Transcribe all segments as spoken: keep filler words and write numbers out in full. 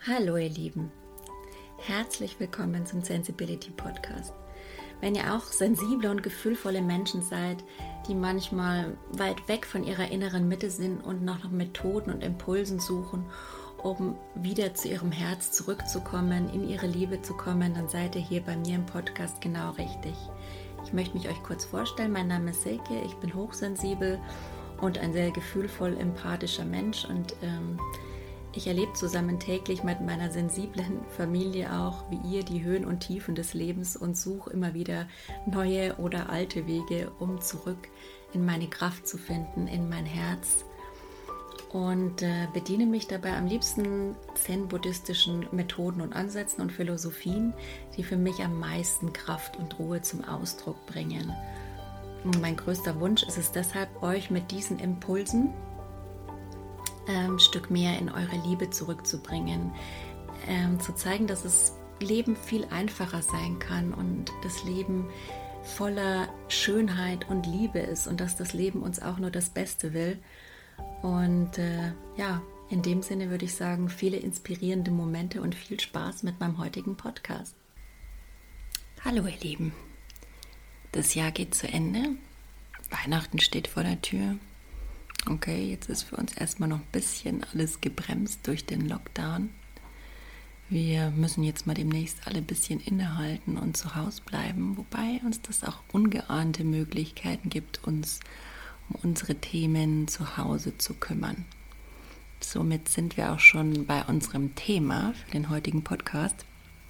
Hallo ihr Lieben, herzlich willkommen zum Sensibility Podcast. Wenn ihr auch sensible und gefühlvolle Menschen seid, die manchmal weit weg von ihrer inneren Mitte sind und nach Methoden und Impulsen suchen, um wieder zu ihrem Herz zurückzukommen, in ihre Liebe zu kommen, dann seid ihr hier bei mir im Podcast genau richtig. Ich möchte mich euch kurz vorstellen, mein Name ist Silke, ich bin hochsensibel und ein sehr gefühlvoll empathischer Mensch und ähm, ich erlebe zusammen täglich mit meiner sensiblen Familie auch, wie ihr, die Höhen und Tiefen des Lebens und suche immer wieder neue oder alte Wege, um zurück in meine Kraft zu finden, in mein Herz und äh, bediene mich dabei am liebsten zen-buddhistischen Methoden und Ansätzen und Philosophien, die für mich am meisten Kraft und Ruhe zum Ausdruck bringen. Und mein größter Wunsch ist es deshalb, euch mit diesen Impulsen ein Stück mehr in eure Liebe zurückzubringen, ähm, zu zeigen, dass das Leben viel einfacher sein kann und das Leben voller Schönheit und Liebe ist und dass das Leben uns auch nur das Beste will. Und äh, ja, in dem Sinne würde ich sagen, viele inspirierende Momente und viel Spaß mit meinem heutigen Podcast. Hallo ihr Lieben, das Jahr geht zu Ende, Weihnachten steht vor der Tür. Okay, jetzt ist für uns erstmal noch ein bisschen alles gebremst durch den Lockdown. Wir müssen jetzt mal demnächst alle ein bisschen innehalten und zu Hause bleiben, wobei uns das auch ungeahnte Möglichkeiten gibt, uns um unsere Themen zu Hause zu kümmern. Somit sind wir auch schon bei unserem Thema für den heutigen Podcast.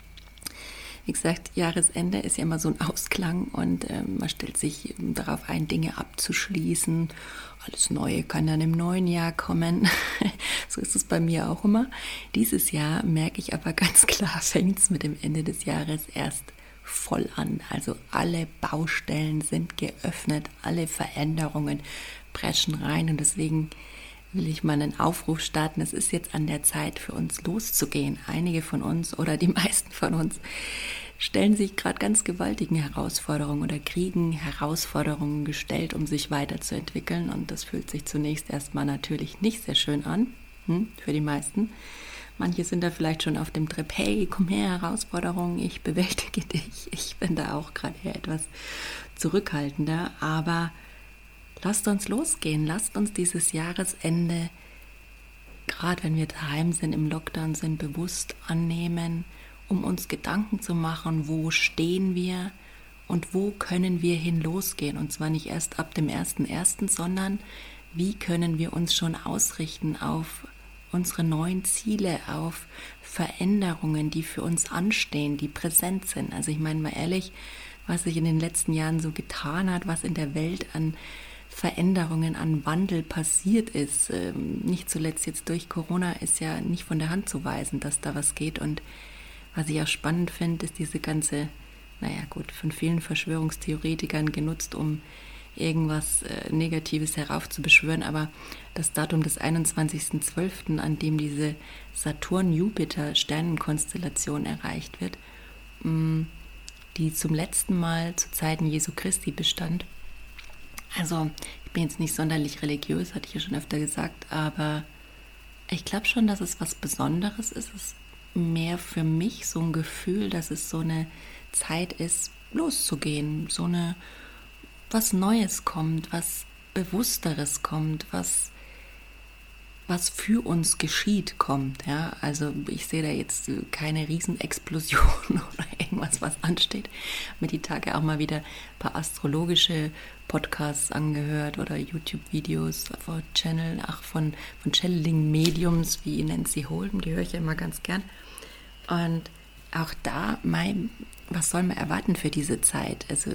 Wie gesagt, Jahresende ist ja immer so ein Ausklang und äh, man stellt sich darauf ein, Dinge abzuschließen. Alles Neue kann dann im neuen Jahr kommen. So ist es bei mir auch immer. Dieses Jahr merke ich aber ganz klar, fängt es mit dem Ende des Jahres erst voll an. Also alle Baustellen sind geöffnet, alle Veränderungen preschen rein und deswegen will ich mal einen Aufruf starten. Es ist jetzt an der Zeit für uns loszugehen. Einige von uns oder die meisten von uns stellen sich gerade ganz gewaltigen Herausforderungen oder kriegen Herausforderungen gestellt, um sich weiterzuentwickeln. Und das fühlt sich zunächst erstmal natürlich nicht sehr schön an, hm, für die meisten. Manche sind da vielleicht schon auf dem Trip, hey, komm her, Herausforderung, ich bewältige dich. Ich bin da auch gerade eher etwas zurückhaltender, aber lasst uns losgehen, lasst uns dieses Jahresende, gerade wenn wir daheim sind, im Lockdown sind, bewusst annehmen, um uns Gedanken zu machen, wo stehen wir und wo können wir hin losgehen. Und zwar nicht erst ab dem ersten ersten, sondern wie können wir uns schon ausrichten auf unsere neuen Ziele, auf Veränderungen, die für uns anstehen, die präsent sind. Also ich meine mal ehrlich, was sich in den letzten Jahren so getan hat, was in der Welt an Veränderungen, an Wandel passiert ist, nicht zuletzt jetzt durch Corona, ist ja nicht von der Hand zu weisen, dass da was geht. Und was ich auch spannend finde, ist diese ganze, naja gut, von vielen Verschwörungstheoretikern genutzt, um irgendwas äh, Negatives heraufzubeschwören, aber das Datum des einundzwanzigsten zwölften, an dem diese Saturn-Jupiter-Sternenkonstellation erreicht wird, mh, die zum letzten Mal zu Zeiten Jesu Christi bestand. Also ich bin jetzt nicht sonderlich religiös, hatte ich ja schon öfter gesagt, aber ich glaube schon, dass es was Besonderes ist. Es ist mehr für mich so ein Gefühl, dass es so eine Zeit ist, loszugehen, so eine, was Neues kommt, was Bewussteres kommt, was, was für uns geschieht kommt. Ja? Also ich sehe da jetzt keine Riesenexplosion oder irgendwas, was ansteht. Mir die Tage auch mal wieder ein paar astrologische Podcasts angehört oder YouTube-Videos von Channel, ach von, von Channeling Mediums wie Nancy Holden, die höre ich ja immer ganz gern. Und auch da, mein, was soll man erwarten für diese Zeit? Also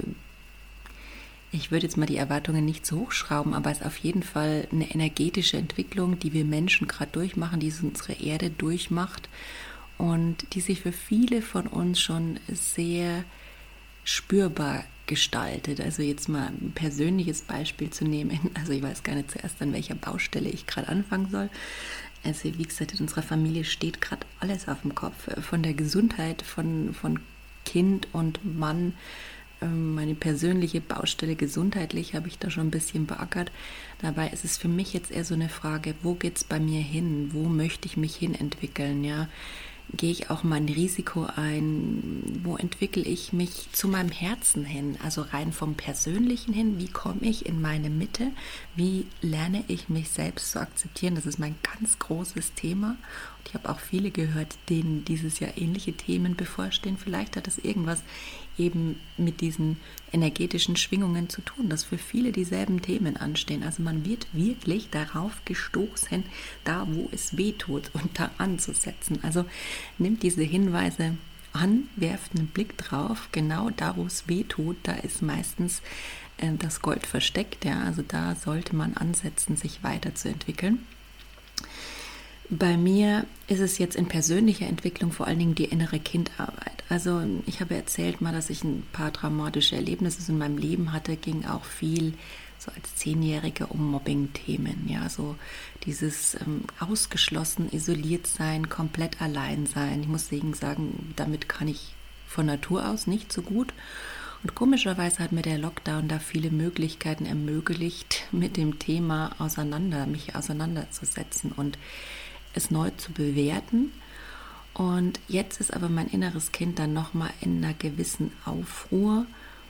ich würde jetzt mal die Erwartungen nicht zu hoch schrauben, aber es ist auf jeden Fall eine energetische Entwicklung, die wir Menschen gerade durchmachen, die unsere Erde durchmacht und die sich für viele von uns schon sehr spürbar gestaltet. Also jetzt mal ein persönliches Beispiel zu nehmen. Also ich weiß gar nicht zuerst, an welcher Baustelle ich gerade anfangen soll. Also wie gesagt, in unserer Familie steht gerade alles auf dem Kopf. Von der Gesundheit von, von Kind und Mann. Meine persönliche Baustelle gesundheitlich habe ich da schon ein bisschen beackert. Dabei ist es für mich jetzt eher so eine Frage, wo geht es bei mir hin? Wo möchte ich mich hin entwickeln? Ja? gehe ich auch mein Risiko ein? Wo entwickle ich mich zu meinem Herzen hin? Also rein vom Persönlichen hin, wie komme ich in meine Mitte? Wie lerne ich mich selbst zu akzeptieren? Das ist mein ganz großes Thema. Und ich habe auch viele gehört, denen dieses Jahr ähnliche Themen bevorstehen. Vielleicht hat das irgendwas eben mit diesen energetischen Schwingungen zu tun, dass für viele dieselben Themen anstehen. Also man wird wirklich darauf gestoßen, da wo es weh tut und da anzusetzen. Also nimmt diese Hinweise an, werft einen Blick drauf, genau da wo es weh tut, da ist meistens äh, das Gold versteckt. Ja? Also da sollte man ansetzen, sich weiterzuentwickeln. Bei mir ist es jetzt in persönlicher Entwicklung vor allen Dingen die innere Kindarbeit. Also ich habe erzählt mal, dass ich ein paar traumatische Erlebnisse in meinem Leben hatte, ging auch viel so als Zehnjährige um Mobbing-Themen. Ja, so dieses ähm, ausgeschlossen, isoliert sein, komplett allein sein. Ich muss sagen, damit kann ich von Natur aus nicht so gut. Und komischerweise hat mir der Lockdown da viele Möglichkeiten ermöglicht, mit dem Thema auseinander, mich auseinanderzusetzen und es neu zu bewerten. Und jetzt ist aber mein inneres Kind dann nochmal in einer gewissen Aufruhr,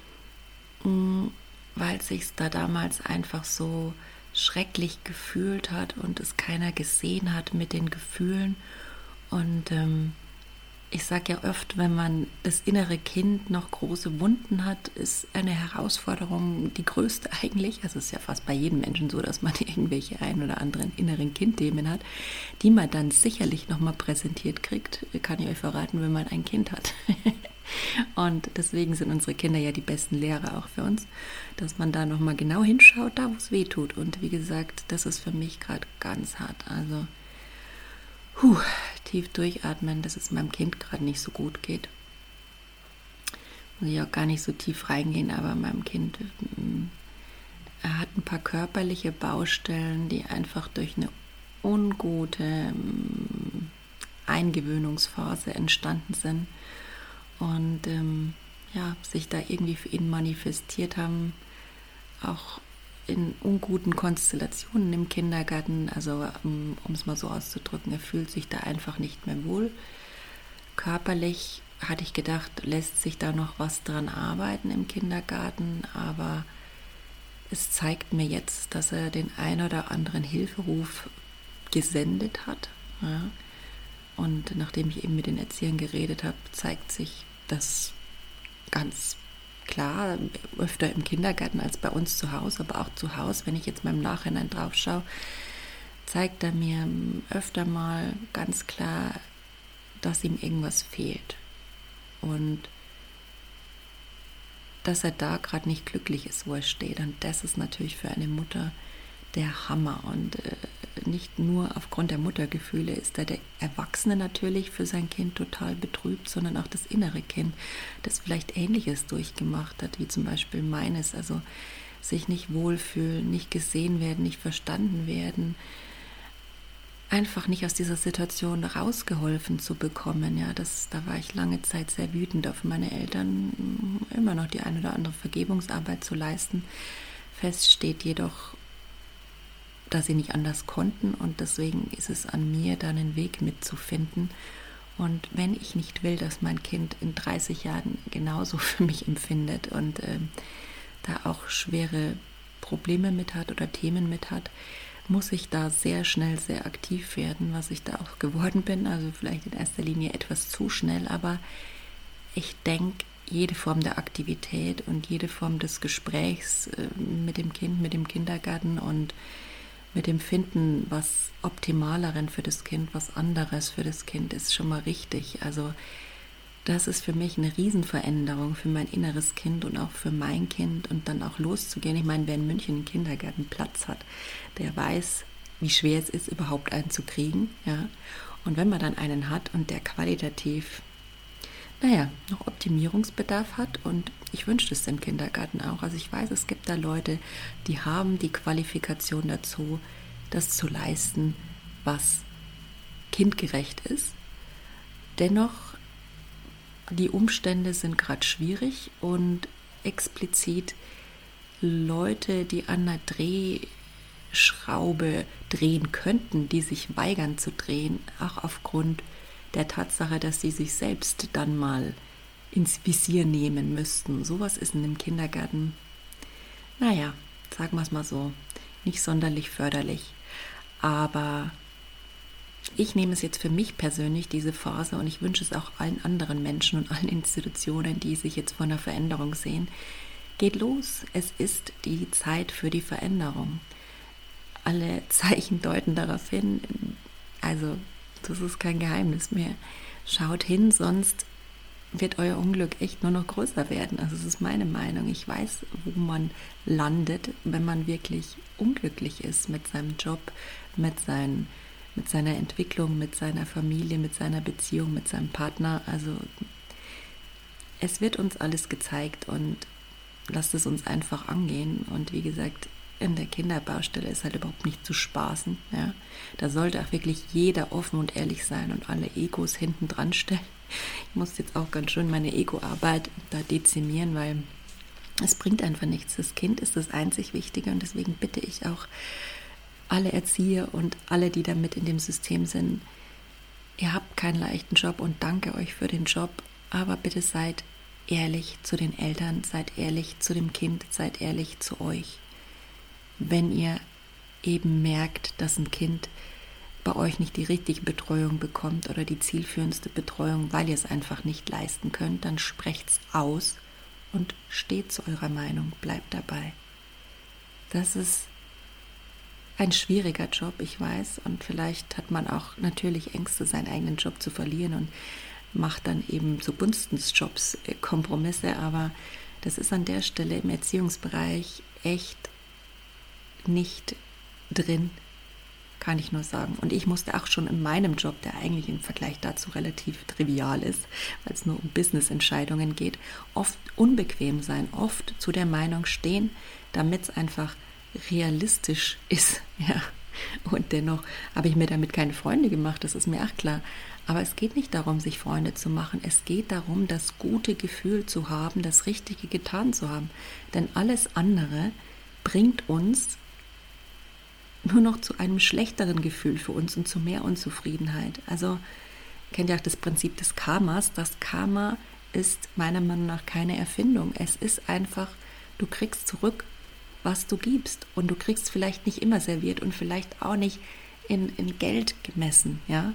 weil es sich da damals einfach so schrecklich gefühlt hat und es keiner gesehen hat mit den Gefühlen. Und ähm, ich sage ja oft, wenn man das innere Kind noch große Wunden hat, ist eine Herausforderung die größte eigentlich. Also es ist ja fast bei jedem Menschen so, dass man irgendwelche ein oder anderen inneren Kindthemen hat, die man dann sicherlich nochmal präsentiert kriegt, kann ich euch verraten, wenn man ein Kind hat. Und deswegen sind unsere Kinder ja die besten Lehrer auch für uns, dass man da nochmal genau hinschaut, da wo es weh tut. Und wie gesagt, das ist für mich gerade ganz hart. Also Puh, tief durchatmen, dass es meinem Kind gerade nicht so gut geht. Muss ich auch gar nicht so tief reingehen, aber meinem Kind, er hat ein paar körperliche Baustellen, die einfach durch eine ungute Eingewöhnungsphase entstanden sind und ähm, ja, sich da irgendwie für ihn manifestiert haben, auch in unguten Konstellationen im Kindergarten, also um es mal so auszudrücken, er fühlt sich da einfach nicht mehr wohl. Körperlich hatte ich gedacht, lässt sich da noch was dran arbeiten im Kindergarten, aber es zeigt mir jetzt, dass er den ein oder anderen Hilferuf gesendet hat. Ja. Und nachdem ich eben mit den Erziehern geredet habe, zeigt sich das ganz klar, öfter im Kindergarten als bei uns zu Hause, aber auch zu Hause, wenn ich jetzt mal im Nachhinein drauf schaue, zeigt er mir öfter mal ganz klar, dass ihm irgendwas fehlt und dass er da gerade nicht glücklich ist, wo er steht. Und das ist natürlich für eine Mutter der Hammer. Und äh, nicht nur aufgrund der Muttergefühle ist da der Erwachsene natürlich für sein Kind total betrübt, sondern auch das innere Kind, das vielleicht Ähnliches durchgemacht hat, wie zum Beispiel meines. Also sich nicht wohlfühlen, nicht gesehen werden, nicht verstanden werden, einfach nicht aus dieser Situation rausgeholfen zu bekommen. Ja, das, da war ich lange Zeit sehr wütend auf meine Eltern, immer noch die ein oder andere Vergebungsarbeit zu leisten. Fest steht jedoch, dass sie nicht anders konnten und deswegen ist es an mir, da einen Weg mitzufinden. Und wenn ich nicht will, dass mein Kind in dreißig Jahren genauso für mich empfindet und äh, da auch schwere Probleme mit hat oder Themen mit hat, muss ich da sehr schnell sehr aktiv werden, was ich da auch geworden bin. Also vielleicht in erster Linie etwas zu schnell, aber ich denke, jede Form der Aktivität und jede Form des Gesprächs äh, mit dem Kind, mit dem Kindergarten und mit dem Finden, was Optimaleren für das Kind, was anderes für das Kind ist schon mal richtig. Also das ist für mich eine Riesenveränderung für mein inneres Kind und auch für mein Kind und dann auch loszugehen. Ich meine, wer in München einen Kindergarten Platz hat, der weiß, wie schwer es ist, überhaupt einen zu kriegen. Ja? Und wenn man dann einen hat und der qualitativ, naja, noch Optimierungsbedarf hat und ich wünsche es dem Kindergarten auch. Also ich weiß, es gibt da Leute, die haben die Qualifikation dazu, das zu leisten, was kindgerecht ist. Dennoch, die Umstände sind gerade schwierig und explizit Leute, die an einer Drehschraube drehen könnten, die sich weigern zu drehen, auch aufgrund der Tatsache, dass sie sich selbst dann mal ins Visier nehmen müssten. Sowas ist in dem Kindergarten, naja, sagen wir es mal so, nicht sonderlich förderlich. Aber ich nehme es jetzt für mich persönlich, diese Phase, und ich wünsche es auch allen anderen Menschen und allen Institutionen, die sich jetzt vor einer Veränderung sehen. Geht los, es ist die Zeit für die Veränderung. Alle Zeichen deuten darauf hin, also das ist kein Geheimnis mehr. Schaut hin, sonst wird euer Unglück echt nur noch größer werden. Also das ist meine Meinung. Ich weiß, wo man landet, wenn man wirklich unglücklich ist mit seinem Job, mit, sein, mit seiner Entwicklung, mit seiner Familie, mit seiner Beziehung, mit seinem Partner. Also es wird uns alles gezeigt und lasst es uns einfach angehen. Und wie gesagt, in der Kinderbaustelle ist halt überhaupt nicht zu spaßen. Ja? Da sollte auch wirklich jeder offen und ehrlich sein und alle Egos hinten dran stellen. Ich muss jetzt auch ganz schön meine Ego-Arbeit da dezimieren, weil es bringt einfach nichts. Das Kind ist das einzig Wichtige und deswegen bitte ich auch alle Erzieher und alle, die da mit in dem System sind, ihr habt keinen leichten Job und danke euch für den Job, aber bitte seid ehrlich zu den Eltern, seid ehrlich zu dem Kind, seid ehrlich zu euch. Wenn ihr eben merkt, dass ein Kind bei euch nicht die richtige Betreuung bekommt oder die zielführendste Betreuung, weil ihr es einfach nicht leisten könnt, dann sprecht's aus und steht zu eurer Meinung, bleibt dabei. Das ist ein schwieriger Job, ich weiß, und vielleicht hat man auch natürlich Ängste, seinen eigenen Job zu verlieren und macht dann eben zugunsten des Jobs Kompromisse, aber das ist an der Stelle im Erziehungsbereich echt nicht drin, kann ich nur sagen. Und ich musste auch schon in meinem Job, der eigentlich im Vergleich dazu relativ trivial ist, weil es nur um Business-Entscheidungen geht, oft unbequem sein, oft zu der Meinung stehen, damit es einfach realistisch ist. Ja. Und dennoch habe ich mir damit keine Freunde gemacht, das ist mir auch klar. Aber es geht nicht darum, sich Freunde zu machen. Es geht darum, das gute Gefühl zu haben, das Richtige getan zu haben. Denn alles andere bringt uns nur noch zu einem schlechteren Gefühl für uns und zu mehr Unzufriedenheit. Also kennt ihr auch das Prinzip des Karmas. Das Karma ist meiner Meinung nach keine Erfindung. Es ist einfach, du kriegst zurück, was du gibst. Und du kriegst vielleicht nicht immer serviert und vielleicht auch nicht in, in Geld gemessen. Ja?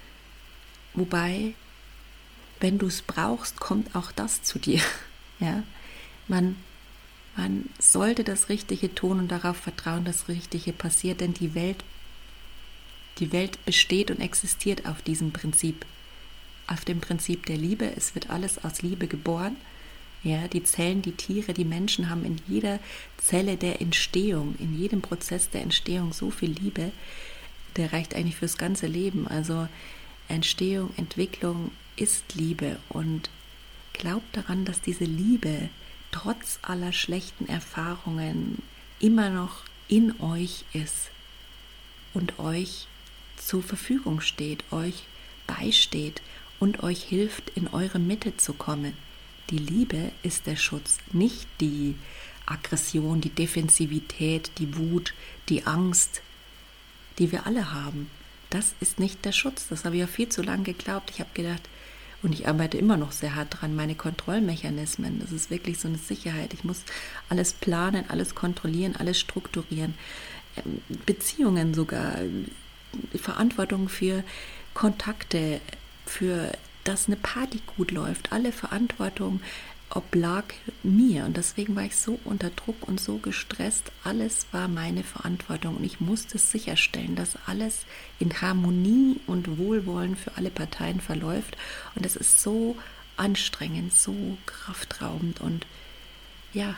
Wobei, wenn du es brauchst, kommt auch das zu dir. Ja? Man Man sollte das Richtige tun und darauf vertrauen, dass das Richtige passiert, denn die Welt, die Welt besteht und existiert auf diesem Prinzip, auf dem Prinzip der Liebe. Es wird alles aus Liebe geboren. Ja, die Zellen, die Tiere, die Menschen haben in jeder Zelle der Entstehung, in jedem Prozess der Entstehung so viel Liebe, der reicht eigentlich fürs ganze Leben. Also Entstehung, Entwicklung ist Liebe und glaubt daran, dass diese Liebe trotz aller schlechten Erfahrungen immer noch in euch ist und euch zur Verfügung steht, euch beisteht und euch hilft, in eure Mitte zu kommen. Die Liebe ist der Schutz, nicht die Aggression, die Defensivität, die Wut, die Angst, die wir alle haben. Das ist nicht der Schutz. Das habe ich ja viel zu lange geglaubt. Ich habe gedacht, und ich arbeite immer noch sehr hart dran, meine Kontrollmechanismen. Das ist wirklich so eine Sicherheit. Ich muss alles planen, alles kontrollieren, alles strukturieren. Beziehungen sogar, Verantwortung für Kontakte, für dass eine Party gut läuft. Alle Verantwortung oblag mir. Und deswegen war ich so unter Druck und so gestresst. Alles war meine Verantwortung. Und ich musste sicherstellen, dass alles in Harmonie und Wohlwollen für alle Parteien verläuft. Und es ist so anstrengend, so kraftraubend. Und ja,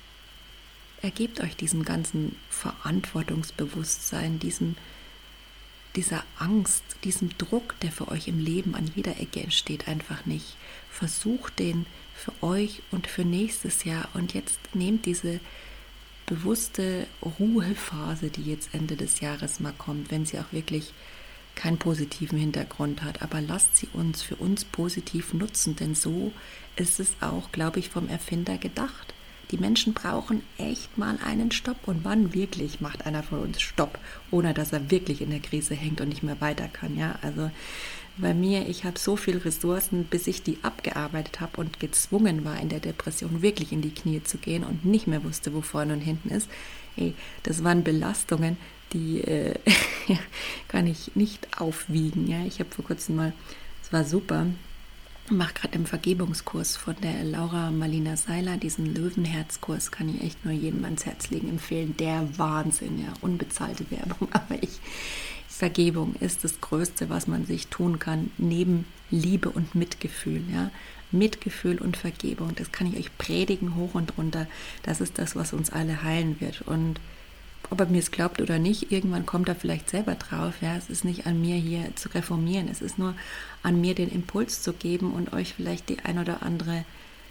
ergebt euch diesem ganzen Verantwortungsbewusstsein, diesem dieser Angst, diesem Druck, der für euch im Leben an jeder Ecke entsteht, einfach nicht. Versucht den für euch und für nächstes Jahr und jetzt nehmt diese bewusste Ruhephase, die jetzt Ende des Jahres mal kommt, wenn sie auch wirklich keinen positiven Hintergrund hat, aber lasst sie uns für uns positiv nutzen, denn so ist es auch, glaube ich, vom Erfinder gedacht. Die Menschen brauchen echt mal einen Stopp. Und wann wirklich macht einer von uns Stopp, ohne dass er wirklich in der Krise hängt und nicht mehr weiter kann? Ja, also Bei mir, ich habe so viele Ressourcen, bis ich die abgearbeitet habe und gezwungen war, in der Depression wirklich in die Knie zu gehen und nicht mehr wusste, wo vorne und hinten ist. Ey, das waren Belastungen, die äh, kann ich nicht aufwiegen. Ja? Ich habe vor kurzem mal, es war super, ich mache gerade einen Vergebungskurs von der Laura Marlina Seiler, diesen Löwenherzkurs, kann ich echt nur jedem ans Herz legen, empfehlen. Der Wahnsinn, ja, unbezahlte Werbung, aber ich, Vergebung ist das Größte, was man sich tun kann, neben Liebe und Mitgefühl, ja. Mitgefühl und Vergebung, das kann ich euch predigen, hoch und runter. Das ist das, was uns alle heilen wird. Und ob er mir es glaubt oder nicht, irgendwann kommt er vielleicht selber drauf. Ja, es ist nicht an mir, hier zu reformieren. Es ist nur an mir, den Impuls zu geben und euch vielleicht die ein oder andere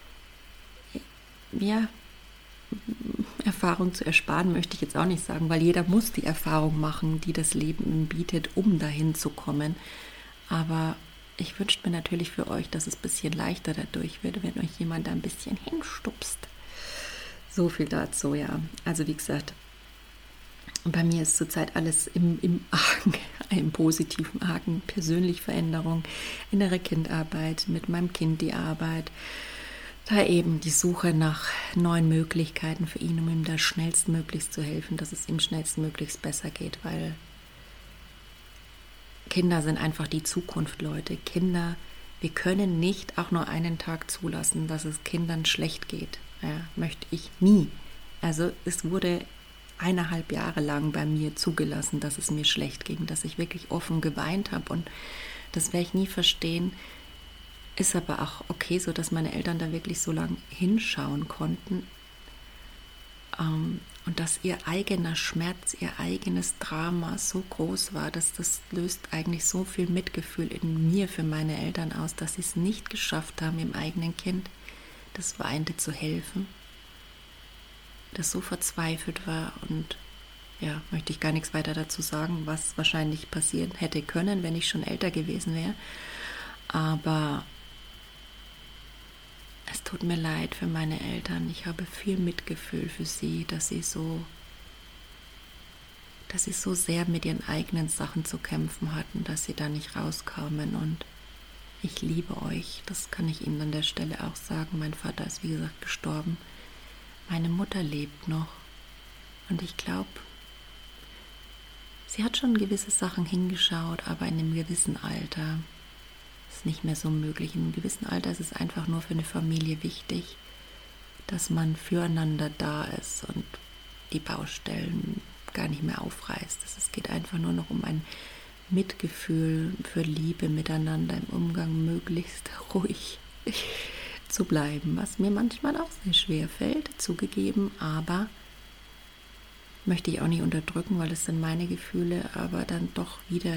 ja, Erfahrung zu ersparen, möchte ich jetzt auch nicht sagen, weil jeder muss die Erfahrung machen, die das Leben ihm bietet, um dahin zu kommen. Aber ich wünsche mir natürlich für euch, dass es ein bisschen leichter dadurch wird, wenn euch jemand da ein bisschen hinstupst. So viel dazu, ja. Also wie gesagt, bei mir ist zurzeit alles im, im Argen, im positiven Argen, persönliche Veränderung, innere Kindarbeit, mit meinem Kind die Arbeit, da eben die Suche nach neuen Möglichkeiten für ihn, um ihm da schnellstmöglichst zu helfen, dass es ihm schnellstmöglichst besser geht, weil Kinder sind einfach die Zukunft, Leute. Kinder, wir können nicht auch nur einen Tag zulassen, dass es Kindern schlecht geht. Ja, möchte ich nie. Also es wurde eineinhalb Jahre lang bei mir zugelassen, dass es mir schlecht ging, dass ich wirklich offen geweint habe und das werde ich nie verstehen. Ist aber auch okay, so dass meine Eltern da wirklich so lange hinschauen konnten ähm, und dass ihr eigener Schmerz, ihr eigenes Drama so groß war, dass das löst eigentlich so viel Mitgefühl in mir für meine Eltern aus, dass sie es nicht geschafft haben, im eigenen Kind, das Weinte, zu helfen, das so verzweifelt war. Und ja, möchte ich gar nichts weiter dazu sagen, was wahrscheinlich passieren hätte können, wenn ich schon älter gewesen wäre. Aber es tut mir leid für meine Eltern. Ich habe viel Mitgefühl für sie, dass sie so, dass sie so sehr mit ihren eigenen Sachen zu kämpfen hatten, dass sie da nicht rauskamen. Und ich liebe euch. Das kann ich Ihnen an der Stelle auch sagen. Mein Vater ist, wie gesagt, gestorben. Meine Mutter lebt noch. Und ich glaube, sie hat schon gewisse Sachen hingeschaut, aber in einem gewissen Alter ist nicht mehr so möglich. In einem gewissen Alter ist es einfach nur für eine Familie wichtig, dass man füreinander da ist und die Baustellen gar nicht mehr aufreißt. Es geht einfach nur noch um ein Mitgefühl für Liebe miteinander im Umgang, möglichst ruhig zu bleiben, was mir manchmal auch sehr schwer fällt, zugegeben, aber möchte ich auch nicht unterdrücken, weil es sind meine Gefühle, aber dann doch wieder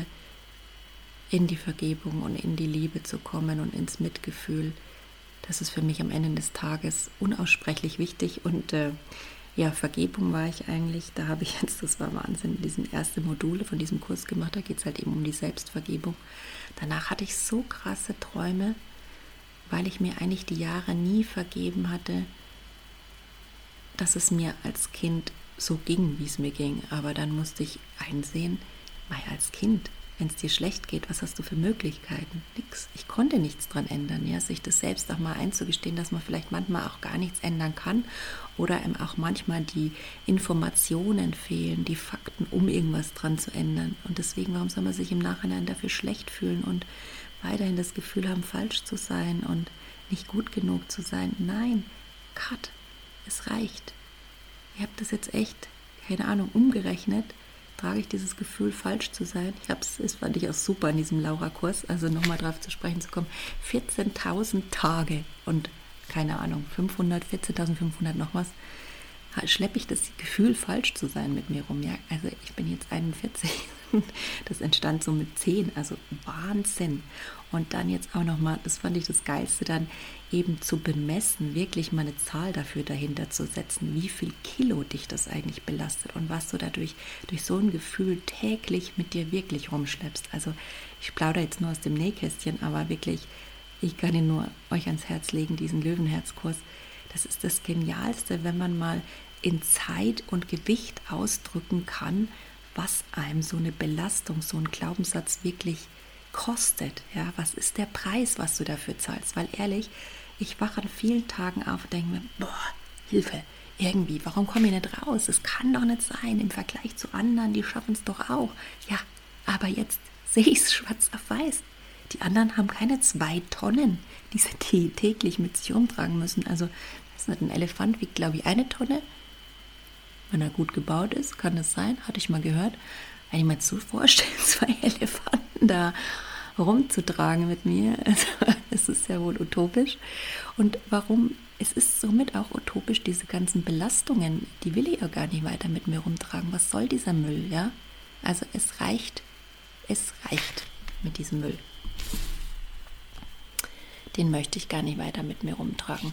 in die Vergebung und in die Liebe zu kommen und ins Mitgefühl. Das ist für mich am Ende des Tages unaussprechlich wichtig. Und äh, ja, Vergebung war ich eigentlich, da habe ich jetzt, das war Wahnsinn, diesen ersten Module von diesem Kurs gemacht, da geht es halt eben um die Selbstvergebung. Danach hatte ich so krasse Träume, weil ich mir eigentlich die Jahre nie vergeben hatte, dass es mir als Kind so ging, wie es mir ging. Aber dann musste ich einsehen, weil als Kind, wenn es dir schlecht geht, was hast du für Möglichkeiten? Nix. Ich konnte nichts dran ändern. Ja? Sich das selbst auch mal einzugestehen, dass man vielleicht manchmal auch gar nichts ändern kann oder einem auch manchmal die Informationen fehlen, die Fakten, um irgendwas dran zu ändern. Und deswegen, warum soll man sich im Nachhinein dafür schlecht fühlen und weiterhin das Gefühl haben, falsch zu sein und nicht gut genug zu sein? Nein, cut, es reicht. Ich habe das jetzt echt, keine Ahnung, umgerechnet, trage ich dieses Gefühl, falsch zu sein. Ich habe es, das fand ich auch super in diesem Laura-Kurs, also nochmal drauf zu sprechen zu kommen, vierzehntausend Tage und keine Ahnung, fünfhundert, vierzehntausendfünfhundert noch was, schleppe ich das Gefühl, falsch zu sein mit mir rum. Ja, also ich bin jetzt einundvierzig, das entstand so mit zehn, also Wahnsinn. Und dann jetzt auch nochmal, das fand ich das Geilste, dann eben zu bemessen, wirklich mal eine Zahl dafür dahinter zu setzen, wie viel Kilo dich das eigentlich belastet und was du dadurch durch so ein Gefühl täglich mit dir wirklich rumschleppst. Also ich plaudere jetzt nur aus dem Nähkästchen, aber wirklich, ich kann ihn nur euch ans Herz legen, diesen Löwenherzkurs. Das ist das Genialste, wenn man mal in Zeit und Gewicht ausdrücken kann, was einem so eine Belastung, so ein Glaubenssatz wirklich kostet. Ja, was ist der Preis, was du dafür zahlst? Weil ehrlich, ich wache an vielen Tagen auf und denke mir, boah, Hilfe, irgendwie, warum komme ich nicht raus? Es kann doch nicht sein, im Vergleich zu anderen, die schaffen es doch auch. Ja, aber jetzt sehe ich es schwarz auf weiß. Die anderen haben keine zwei Tonnen, die sie täglich mit sich umtragen müssen. Also, das ist nicht, ein Elefant wiegt, glaube ich, eine Tonne. Wenn er gut gebaut ist, kann das sein, hatte ich mal gehört. Wenn ich mir jetzt so vorstelle, zwei Elefanten da rumzutragen mit mir, also, das ist ja wohl utopisch. Und warum? Es ist somit auch utopisch, diese ganzen Belastungen, die will ich ja gar nicht weiter mit mir rumtragen. Was soll dieser Müll, ja? Also es reicht, es reicht mit diesem Müll. Den möchte ich gar nicht weiter mit mir rumtragen.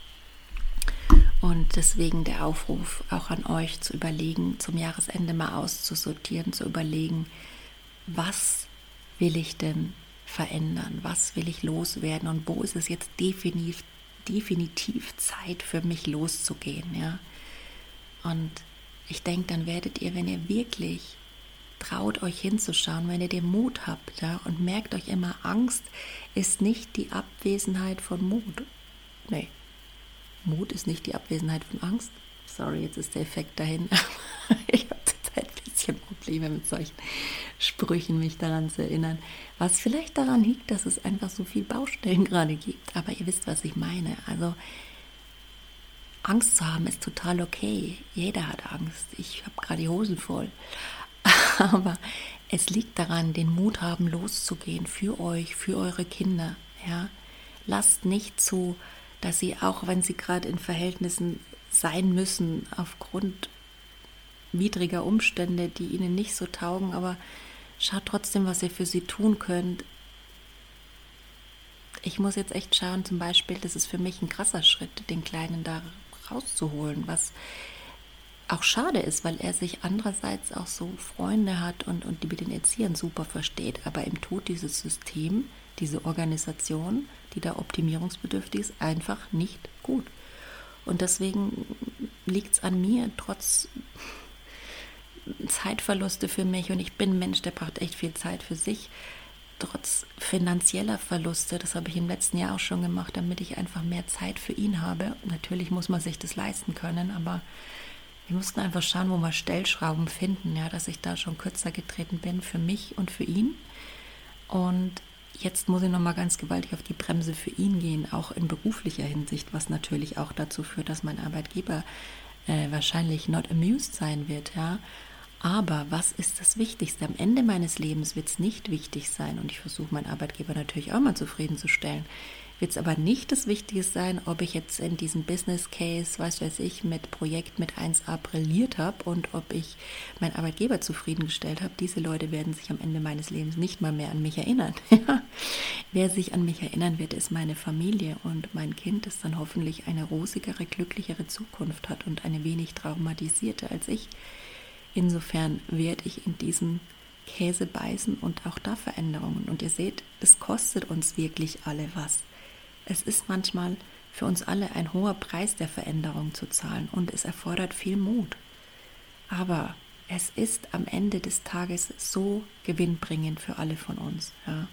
Und deswegen der Aufruf auch an euch zu überlegen, zum Jahresende mal auszusortieren, zu überlegen, was will ich denn verändern, was will ich loswerden und wo ist es jetzt definitiv, definitiv Zeit für mich loszugehen. Ja? Und ich denke, dann werdet ihr, wenn ihr wirklich traut, euch hinzuschauen, wenn ihr den Mut habt, ja, und merkt euch immer, Angst ist nicht die Abwesenheit von Mut. Nee. Mut ist nicht die Abwesenheit von Angst. Sorry, jetzt ist der Effekt dahin. Ich habe zurzeit ein bisschen Probleme mit solchen Sprüchen, mich daran zu erinnern. Was vielleicht daran liegt, dass es einfach so viele Baustellen gerade gibt. Aber ihr wisst, was ich meine. Also Angst zu haben ist total okay. Jeder hat Angst. Ich habe gerade die Hosen voll. Aber es liegt daran, den Mut haben, loszugehen für euch, für eure Kinder. Ja? Lasst nicht zu, dass sie, auch wenn sie gerade in Verhältnissen sein müssen, aufgrund widriger Umstände, die ihnen nicht so taugen, aber schaut trotzdem, was ihr für sie tun könnt. Ich muss jetzt echt schauen, zum Beispiel, das ist für mich ein krasser Schritt, den Kleinen da rauszuholen, was auch schade ist, weil er sich andererseits auch so Freunde hat und, und die mit den Erziehern super versteht, aber ihm tut dieses System, diese Organisation, die da optimierungsbedürftig ist, einfach nicht gut. Und deswegen liegt es an mir, trotz Zeitverluste für mich, und ich bin ein Mensch, der braucht echt viel Zeit für sich, trotz finanzieller Verluste, das habe ich im letzten Jahr auch schon gemacht, damit ich einfach mehr Zeit für ihn habe. Natürlich muss man sich das leisten können, aber wir mussten einfach schauen, wo wir Stellschrauben finden, ja, dass ich da schon kürzer getreten bin für mich und für ihn. Und jetzt muss ich nochmal ganz gewaltig auf die Bremse für ihn gehen, auch in beruflicher Hinsicht, was natürlich auch dazu führt, dass mein Arbeitgeber äh, wahrscheinlich not amused sein wird, ja. Aber was ist das Wichtigste? Am Ende meines Lebens wird es nicht wichtig sein, und ich versuche meinen Arbeitgeber natürlich auch mal zufriedenzustellen, wird es aber nicht das Wichtige sein, ob ich jetzt in diesem Business Case, weiß weiß ich, mit Projekt mit eins a brilliert habe und ob ich meinen Arbeitgeber zufriedengestellt habe. Diese Leute werden sich am Ende meines Lebens nicht mal mehr an mich erinnern. Wer sich an mich erinnern wird, ist meine Familie und mein Kind, das dann hoffentlich eine rosigere, glücklichere Zukunft hat und eine wenig traumatisierte als ich. Insofern werde ich in diesem Käse beißen und auch da Veränderungen. Und ihr seht, es kostet uns wirklich alle was. Es ist manchmal für uns alle ein hoher Preis der Veränderung zu zahlen und es erfordert viel Mut. Aber es ist am Ende des Tages so gewinnbringend für alle von uns. Ja.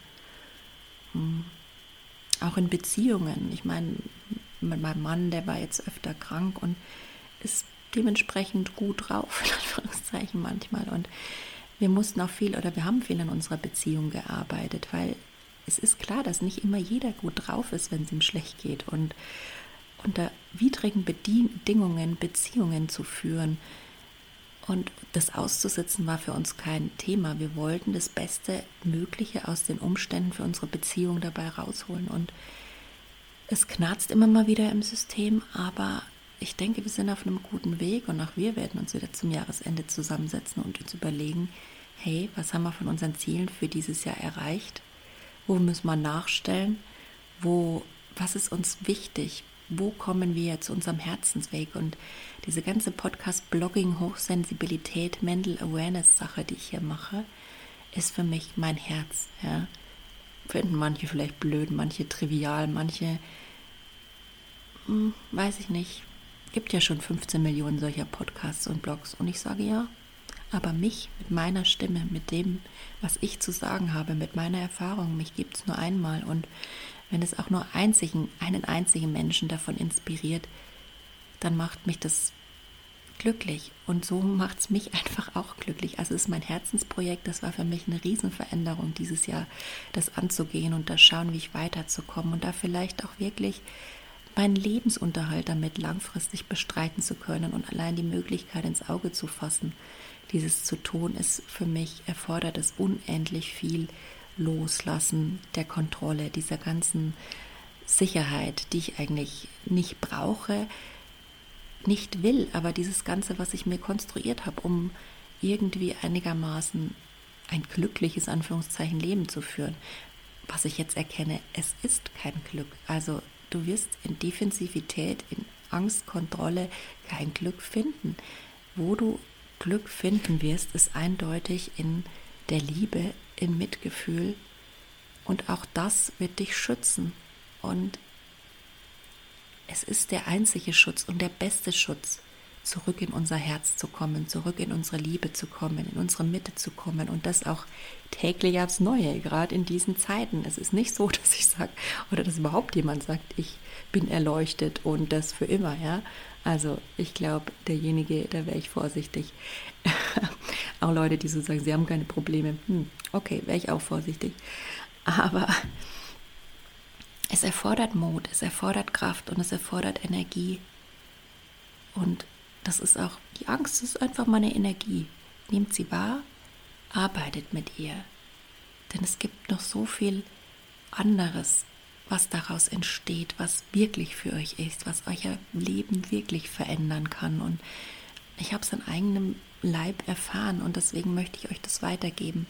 Auch in Beziehungen. Ich meine, mein Mann, der war jetzt öfter krank und ist dementsprechend gut drauf, in Anführungszeichen manchmal. Und wir mussten auch viel oder wir haben viel an unserer Beziehung gearbeitet, weil es ist klar, dass nicht immer jeder gut drauf ist, wenn es ihm schlecht geht. Und unter widrigen Bedingungen Beziehungen zu führen und das auszusitzen, war für uns kein Thema. Wir wollten das Beste Mögliche aus den Umständen für unsere Beziehung dabei rausholen. Und es knarzt immer mal wieder im System, aber ich denke, wir sind auf einem guten Weg und auch wir werden uns wieder zum Jahresende zusammensetzen und uns überlegen, hey, was haben wir von unseren Zielen für dieses Jahr erreicht? Wo müssen wir nachstellen? Wo, was ist uns wichtig? Wo kommen wir zu unserem Herzensweg? Und diese ganze Podcast-Blogging, Hochsensibilität, Mental Awareness-Sache, die ich hier mache, ist für mich mein Herz. Ja? Finden manche vielleicht blöd, manche trivial, manche, hm, weiß ich nicht. Gibt ja schon fünfzehn Millionen solcher Podcasts und Blogs. Und ich sage ja, aber mich mit meiner Stimme, mit dem, was ich zu sagen habe, mit meiner Erfahrung, mich gibt es nur einmal. Und wenn es auch nur einzigen, einen einzigen Menschen davon inspiriert, dann macht mich das glücklich. Und so macht es mich einfach auch glücklich. Also es ist mein Herzensprojekt. Das war für mich eine Riesenveränderung dieses Jahr, das anzugehen und da schauen, wie ich weiterzukommen und da vielleicht auch wirklich meinen Lebensunterhalt damit langfristig bestreiten zu können und allein die Möglichkeit ins Auge zu fassen, dieses zu tun, ist für mich, erfordert es unendlich viel Loslassen der Kontrolle, dieser ganzen Sicherheit, die ich eigentlich nicht brauche, nicht will, aber dieses Ganze, was ich mir konstruiert habe, um irgendwie einigermaßen ein glückliches, Anführungszeichen, Leben zu führen. Was ich jetzt erkenne, es ist kein Glück. Also du wirst in Defensivität, in Angst, Kontrolle kein Glück finden. Wo du Glück finden wirst, ist eindeutig in der Liebe, im Mitgefühl, und auch das wird dich schützen. Und es ist der einzige Schutz und der beste Schutz, zurück in unser Herz zu kommen, zurück in unsere Liebe zu kommen, in unsere Mitte zu kommen und das auch täglich aufs Neue, gerade in diesen Zeiten. Es ist nicht so, dass ich sage, oder dass überhaupt jemand sagt, ich bin erleuchtet und das für immer, ja. Also ich glaube, derjenige, da wäre ich vorsichtig. Auch Leute, die so sagen, sie haben keine Probleme, hm, okay, wäre ich auch vorsichtig. Aber es erfordert Mut, es erfordert Kraft und es erfordert Energie. Und das ist auch, die Angst ist einfach mal eine Energie. Nehmt sie wahr, arbeitet mit ihr. Denn es gibt noch so viel anderes, was daraus entsteht, was wirklich für euch ist, was euer Leben wirklich verändern kann. Und ich habe es an eigenem Leib erfahren und deswegen möchte ich euch das weitergeben.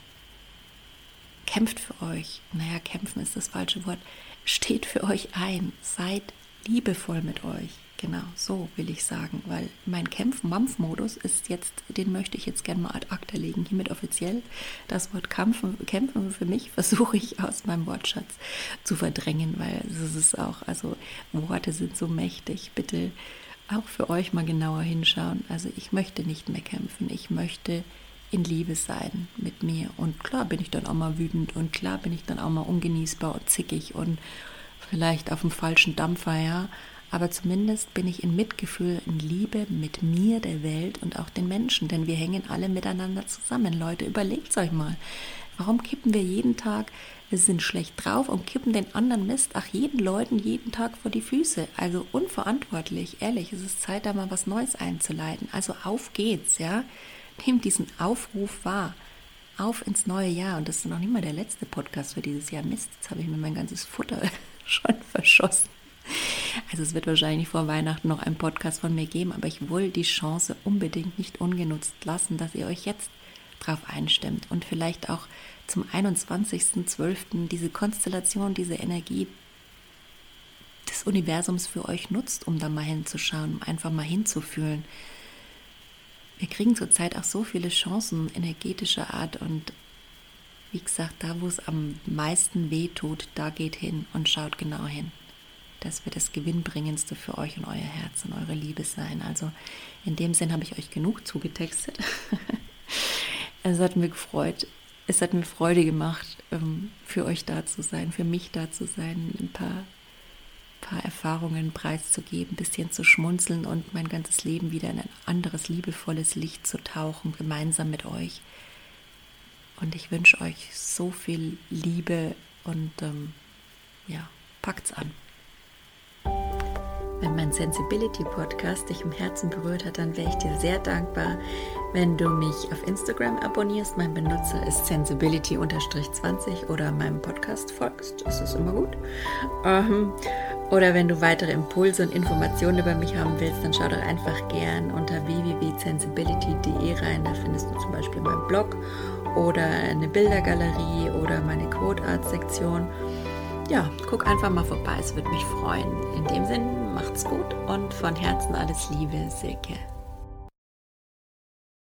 Kämpft für euch. Naja, kämpfen ist das falsche Wort. Steht für euch ein. Seid liebevoll mit euch. Genau, so will ich sagen, weil mein Kämpfen-Mampf-Modus ist jetzt, den möchte ich jetzt gerne mal ad acta legen, hiermit offiziell. Das Wort Kämpfen, Kämpfen für mich versuche ich aus meinem Wortschatz zu verdrängen, weil es ist auch, also Worte sind so mächtig. Bitte auch für euch mal genauer hinschauen. Also ich möchte nicht mehr kämpfen, ich möchte in Liebe sein mit mir. Und klar bin ich dann auch mal wütend und klar bin ich dann auch mal ungenießbar und zickig und vielleicht auf dem falschen Dampfer, ja. Aber zumindest bin ich in Mitgefühl, in Liebe mit mir, der Welt und auch den Menschen. Denn wir hängen alle miteinander zusammen. Leute, überlegt euch mal. Warum kippen wir jeden Tag, wir sind schlecht drauf und kippen den anderen Mist, ach, jeden Leuten jeden Tag vor die Füße. Also unverantwortlich, ehrlich, es ist Zeit, da mal was Neues einzuleiten. Also auf geht's, ja. Nehmt diesen Aufruf wahr. Auf ins neue Jahr. Und das ist noch nicht mal der letzte Podcast für dieses Jahr. Mist, jetzt habe ich mir mein ganzes Futter schon verschossen. Also es wird wahrscheinlich vor Weihnachten noch einen Podcast von mir geben, aber ich will die Chance unbedingt nicht ungenutzt lassen, dass ihr euch jetzt drauf einstimmt und vielleicht auch zum einundzwanzigsten zwölften diese Konstellation, diese Energie des Universums für euch nutzt, um da mal hinzuschauen, um einfach mal hinzufühlen. Wir kriegen zurzeit auch so viele Chancen energetischer Art und wie gesagt, da wo es am meisten weh tut, da geht hin und schaut genau hin. Das wird das Gewinnbringendste für euch und euer Herz und eure Liebe sein. Also in dem Sinn habe ich euch genug zugetextet. Es hat mir gefreut, es hat mir Freude gemacht, für euch da zu sein, für mich da zu sein, ein paar, paar Erfahrungen preiszugeben, ein bisschen zu schmunzeln und mein ganzes Leben wieder in ein anderes, liebevolles Licht zu tauchen, gemeinsam mit euch. Und ich wünsche euch so viel Liebe und ähm, ja, packt's an. Wenn mein Sensibility-Podcast dich im Herzen berührt hat, dann wäre ich dir sehr dankbar, wenn du mich auf Instagram abonnierst. Mein Benutzer ist sensibility zwanzig oder meinem Podcast folgst. Das ist immer gut. Ähm, oder wenn du weitere Impulse und Informationen über mich haben willst, dann schau doch einfach gern unter w w w punkt sensibility punkt d e rein. Da findest du zum Beispiel meinen Blog oder eine Bildergalerie oder meine Quote-Art-Sektion. Ja, guck einfach mal vorbei, es würde mich freuen. In dem Sinn, macht's gut und von Herzen alles Liebe, Silke.